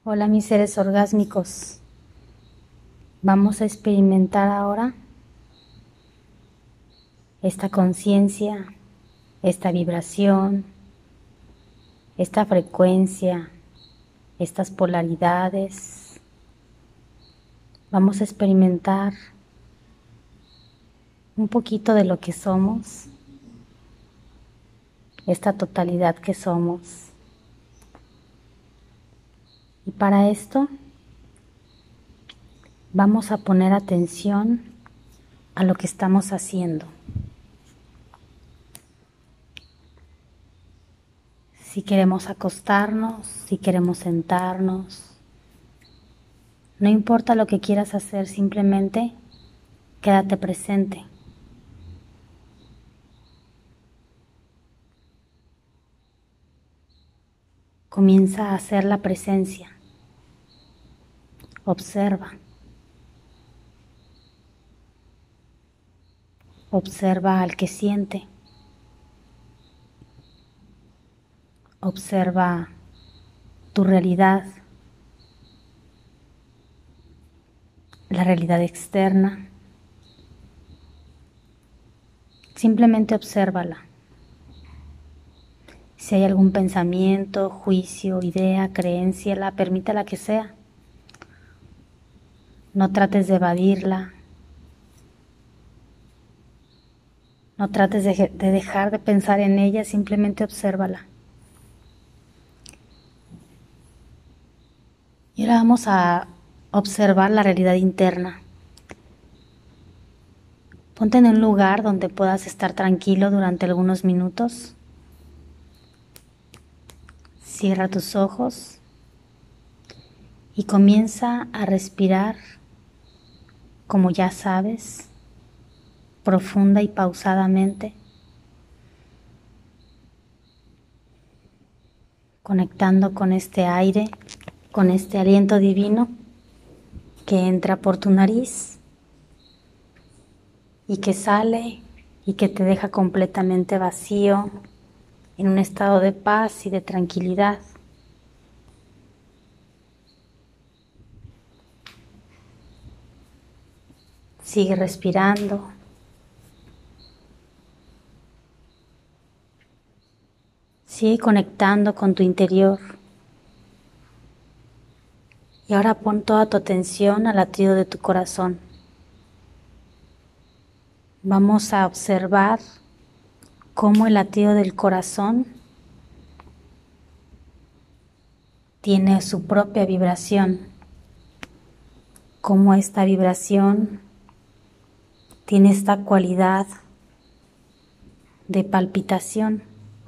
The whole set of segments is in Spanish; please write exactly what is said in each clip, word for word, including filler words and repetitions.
Hola mis seres orgásmicos, vamos a experimentar ahora esta conciencia, esta vibración, esta frecuencia, estas polaridades. Vamos a experimentar un poquito de lo que somos, esta totalidad que somos. Y para esto vamos a poner atención a lo que estamos haciendo. Si queremos acostarnos, si queremos sentarnos, no importa lo que quieras hacer, simplemente quédate presente. Comienza a hacer la presencia. Observa. Observa al que siente. Observa tu realidad, la realidad externa. Simplemente obsérvala. Si hay algún pensamiento, juicio, idea, creencia, la permítala que sea. No trates de evadirla. No trates de, de dejar de pensar en ella, simplemente obsérvala. Y ahora vamos a observar la realidad interna. Ponte en un lugar donde puedas estar tranquilo durante algunos minutos. Cierra tus ojos y comienza a respirar, como ya sabes, profunda y pausadamente, conectando con este aire, con este aliento divino que entra por tu nariz y que sale y que te deja completamente vacío, en un estado de paz y de tranquilidad. Sigue respirando. Sigue conectando con tu interior. Y ahora pon toda tu atención al latido de tu corazón. Vamos a observar cómo el latido del corazón tiene su propia vibración, cómo esta vibración tiene esta cualidad de palpitación,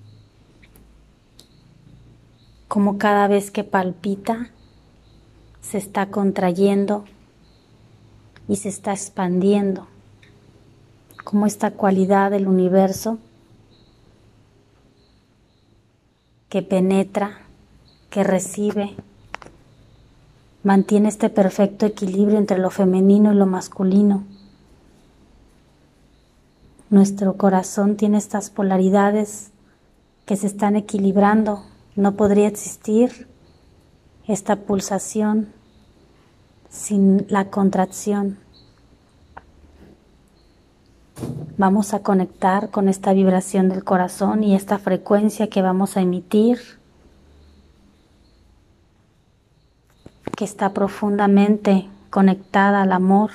cómo cada vez que palpita se está contrayendo y se está expandiendo, cómo esta cualidad del universo que penetra, que recibe, mantiene este perfecto equilibrio entre lo femenino y lo masculino. Nuestro corazón tiene estas polaridades que se están equilibrando. No podría existir esta pulsación sin la contracción. Vamos a conectar con esta vibración del corazón y esta frecuencia que vamos a emitir, que está profundamente conectada al amor,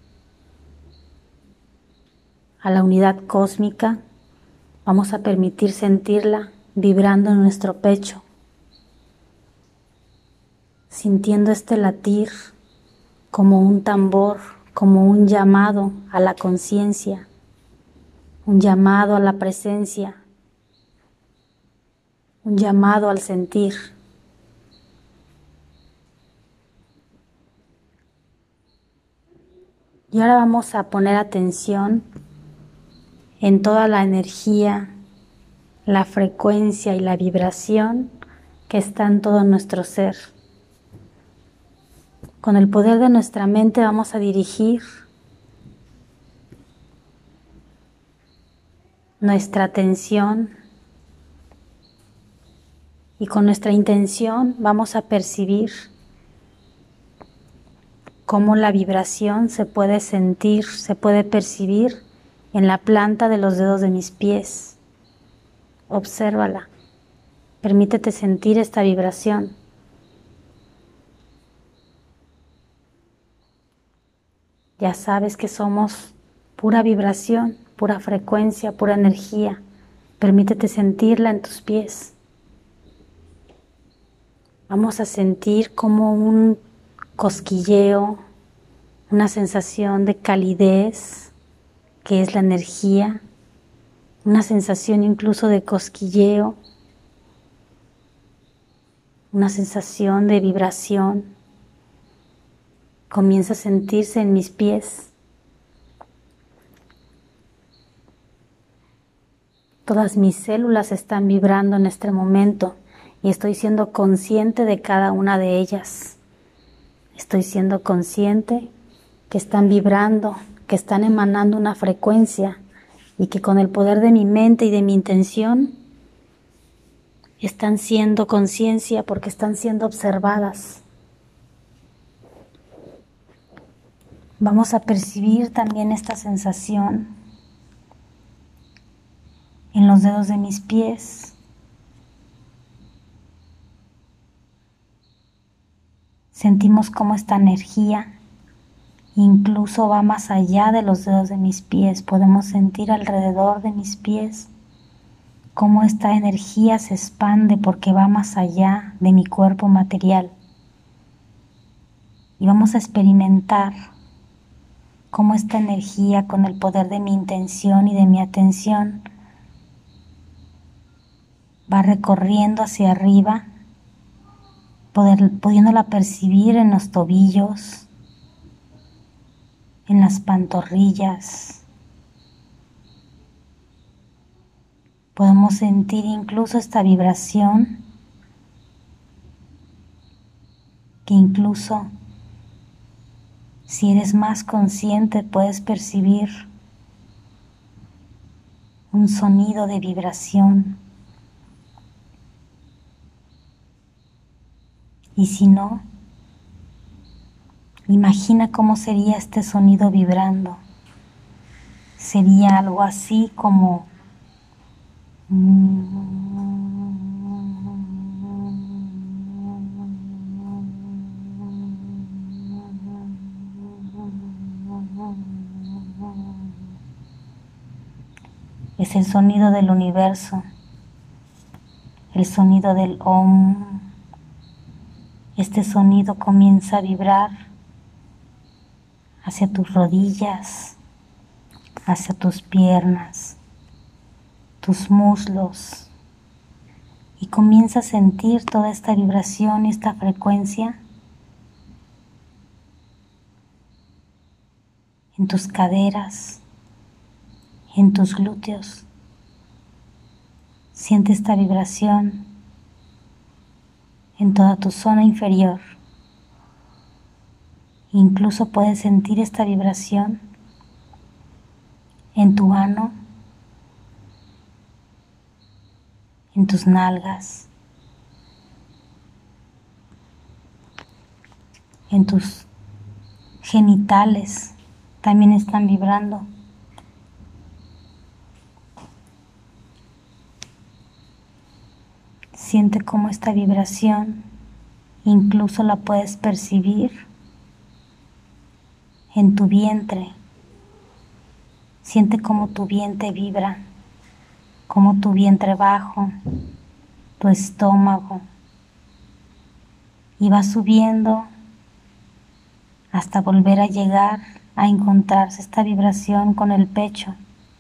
a la unidad cósmica. Vamos a permitir sentirla vibrando en nuestro pecho, sintiendo este latir como un tambor, como un llamado a la conciencia, un llamado a la presencia, un llamado al sentir. Y ahora vamos a poner atención en toda la energía, la frecuencia y la vibración que está en todo nuestro ser. Con el poder de nuestra mente vamos a dirigir nuestra atención y con nuestra intención vamos a percibir cómo la vibración se puede sentir, se puede percibir en la planta de los dedos de mis pies. Obsérvala. Permítete sentir esta vibración. Ya sabes que somos pura vibración, pura frecuencia, pura energía. Permítete sentirla en tus pies. Vamos a sentir como un cosquilleo, una sensación de calidez, que es la energía, una sensación incluso de cosquilleo, una sensación de vibración. Comienza a sentirse en mis pies. Todas mis células están vibrando en este momento y estoy siendo consciente de cada una de ellas. Estoy siendo consciente que están vibrando, que están emanando una frecuencia y que con el poder de mi mente y de mi intención están siendo conciencia porque están siendo observadas. Vamos a percibir también esta sensación en los dedos de mis pies. Sentimos cómo esta energía incluso va más allá de los dedos de mis pies. Podemos sentir alrededor de mis pies cómo esta energía se expande porque va más allá de mi cuerpo material. Y vamos a experimentar cómo esta energía, con el poder de mi intención y de mi atención, va recorriendo hacia arriba, poder, pudiéndola percibir en los tobillos, en las pantorrillas. Podemos sentir incluso esta vibración que incluso si eres más consciente puedes percibir un sonido de vibración. Y si no, imagina cómo sería este sonido vibrando. Sería algo así como es el sonido del universo, el sonido del Om. Este sonido comienza a vibrar hacia tus rodillas, hacia tus piernas, tus muslos, y comienza a sentir toda esta vibración y esta frecuencia en tus caderas, en tus glúteos. Siente esta vibración en toda tu zona inferior. Incluso puedes sentir esta vibración en tu ano, en tus nalgas, en tus genitales, también están vibrando. Siente cómo esta vibración incluso la puedes percibir en tu vientre. Siente cómo tu vientre vibra, cómo tu vientre bajo, tu estómago, y va subiendo hasta volver a llegar a encontrarse esta vibración con el pecho.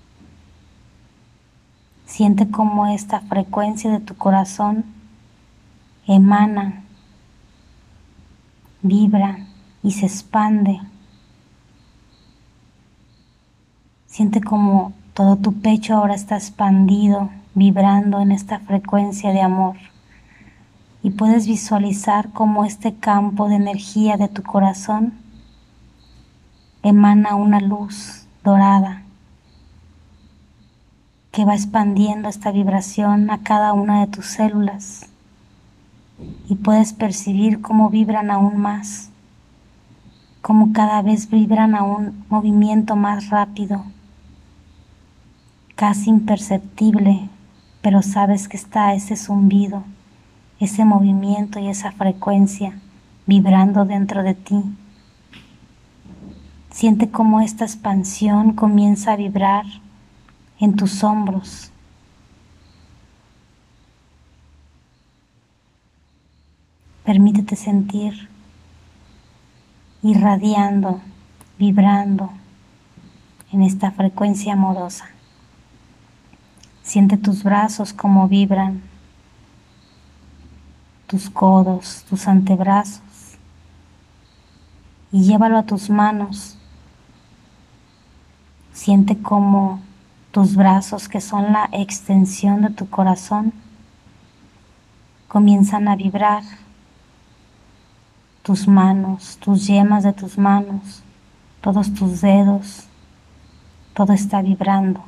Siente cómo esta frecuencia de tu corazón emana, vibra y se expande. Siente cómo todo tu pecho ahora está expandido, vibrando en esta frecuencia de amor. Y puedes visualizar cómo este campo de energía de tu corazón emana una luz dorada que va expandiendo esta vibración a cada una de tus células, y puedes percibir cómo vibran aún más como cada vez vibran a un movimiento más rápido, casi imperceptible, pero sabes que está ese zumbido, ese movimiento y esa frecuencia vibrando dentro de ti. Siente cómo esta expansión comienza a vibrar en tus hombros. Permítete sentir irradiando, vibrando en esta frecuencia amorosa. Siente tus brazos como vibran, tus codos, tus antebrazos, y llévalo a tus manos. Siente cómo tus brazos, que son la extensión de tu corazón, comienzan a vibrar. Tus manos, tus yemas de tus manos, todos tus dedos, todo está vibrando.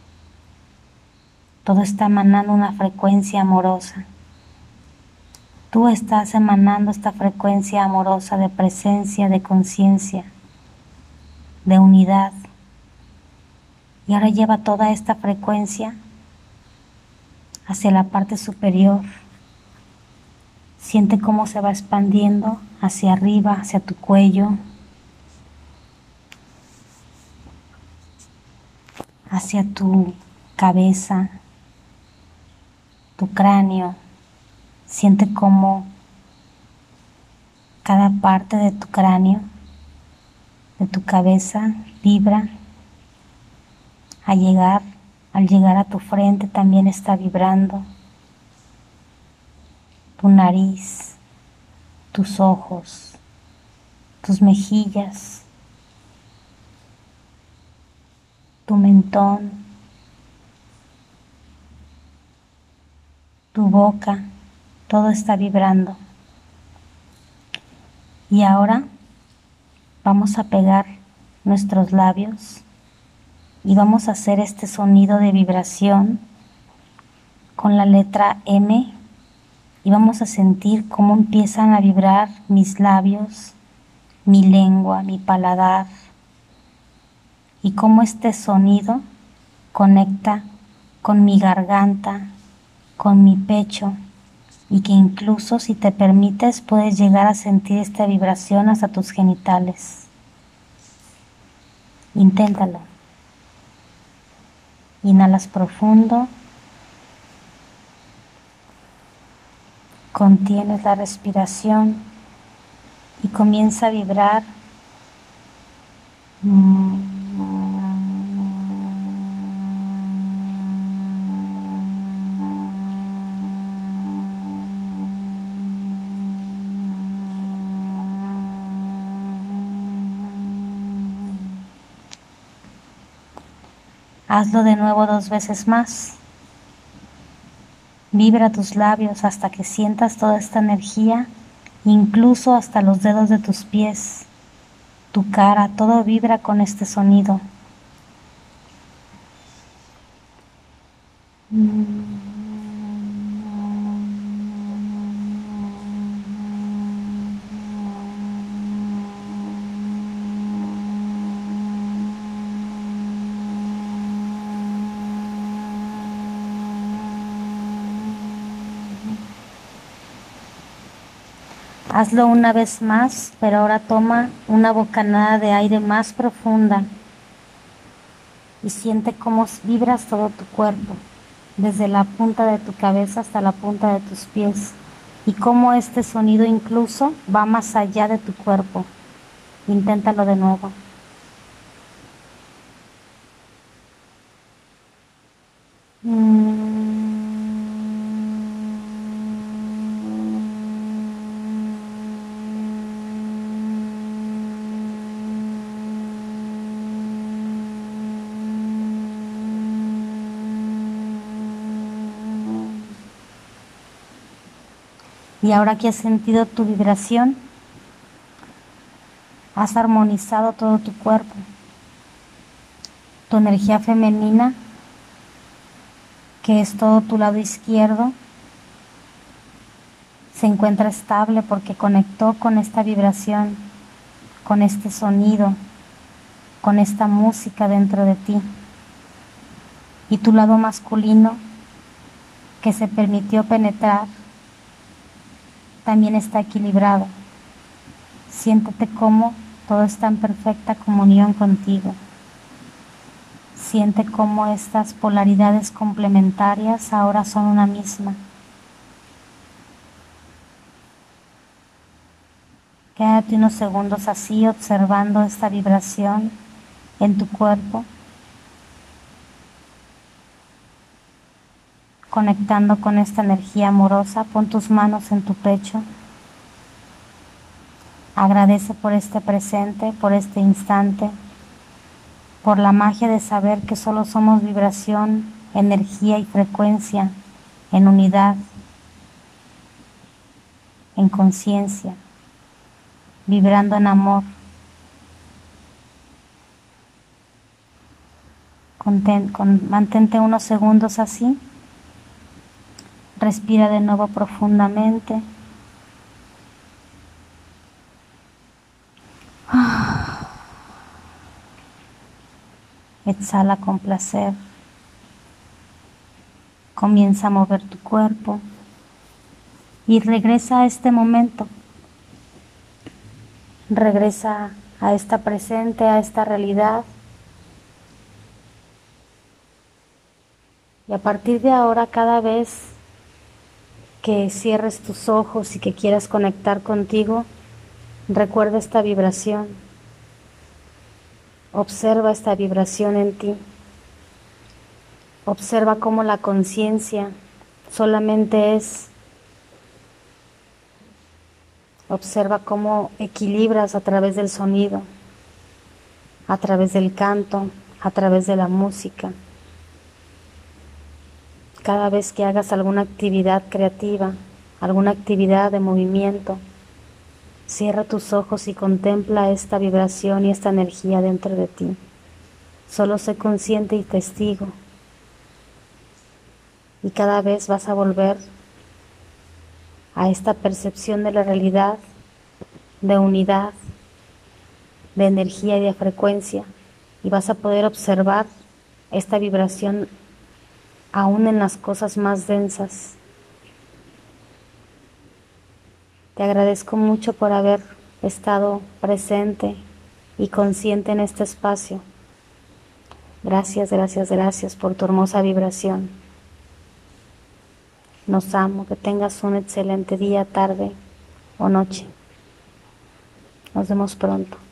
Todo está emanando una frecuencia amorosa. Tú estás emanando esta frecuencia amorosa de presencia, de conciencia, de unidad. Y ahora lleva toda esta frecuencia hacia la parte superior. Siente cómo se va expandiendo hacia arriba, hacia tu cuello, hacia tu cabeza, tu cráneo. Siente cómo cada parte de tu cráneo, de tu cabeza, vibra. Al llegar, al llegar a tu frente también está vibrando. Tu nariz, tus ojos, tus mejillas, tu mentón, tu boca, todo está vibrando. Y ahora vamos a pegar nuestros labios y vamos a hacer este sonido de vibración con la letra M, y vamos a sentir cómo empiezan a vibrar mis labios, mi lengua, mi paladar, y cómo este sonido conecta con mi garganta, con mi pecho, y que incluso, si te permites, puedes llegar a sentir esta vibración hasta tus genitales. Inténtalo. Inhalas profundo. Contienes la respiración y comienza a vibrar. Hazlo de nuevo dos veces más. Vibra tus labios hasta que sientas toda esta energía, incluso hasta los dedos de tus pies, tu cara, todo vibra con este sonido. Hazlo una vez más, pero ahora toma una bocanada de aire más profunda y siente cómo vibras todo tu cuerpo, desde la punta de tu cabeza hasta la punta de tus pies, y cómo este sonido incluso va más allá de tu cuerpo. Inténtalo de nuevo. Mm. Y ahora que has sentido tu vibración, has armonizado todo tu cuerpo. Tu energía femenina, que es todo tu lado izquierdo, se encuentra estable porque conectó con esta vibración. con este sonido, con esta música dentro de ti. Y tu lado masculino, que se permitió penetrar, también está equilibrado. Siéntete cómo todo está en perfecta comunión contigo. Siente cómo estas polaridades complementarias ahora son una misma. Quédate unos segundos así observando esta vibración en tu cuerpo, conectando con esta energía amorosa. Pon tus manos en tu pecho. Agradece por este presente, por este instante, por la magia de saber que solo somos vibración, energía y frecuencia en unidad, en conciencia, vibrando en amor. Conten, con, mantente unos segundos así. Respira de nuevo profundamente. Exhala con placer. Comienza a mover tu cuerpo y regresa a este momento. Regresa a esta presente, a esta realidad. Y a partir de ahora, cada vez que cierres tus ojos y que quieras conectar contigo, recuerda esta vibración. Observa esta vibración en ti. Observa cómo la conciencia solamente es. Observa cómo equilibras a través del sonido, a través del canto, a través de la música. Cada vez que hagas alguna actividad creativa, alguna actividad de movimiento, cierra tus ojos y contempla esta vibración y esta energía dentro de ti. Solo sé consciente y testigo. Y cada vez vas a volver a esta percepción de la realidad, de unidad, de energía y de frecuencia. Y vas a poder observar esta vibración aún en las cosas más densas. Te agradezco mucho por haber estado presente y consciente en este espacio. Gracias, gracias, gracias por tu hermosa vibración. Nos amo, que tengas un excelente día, tarde o noche. Nos vemos pronto.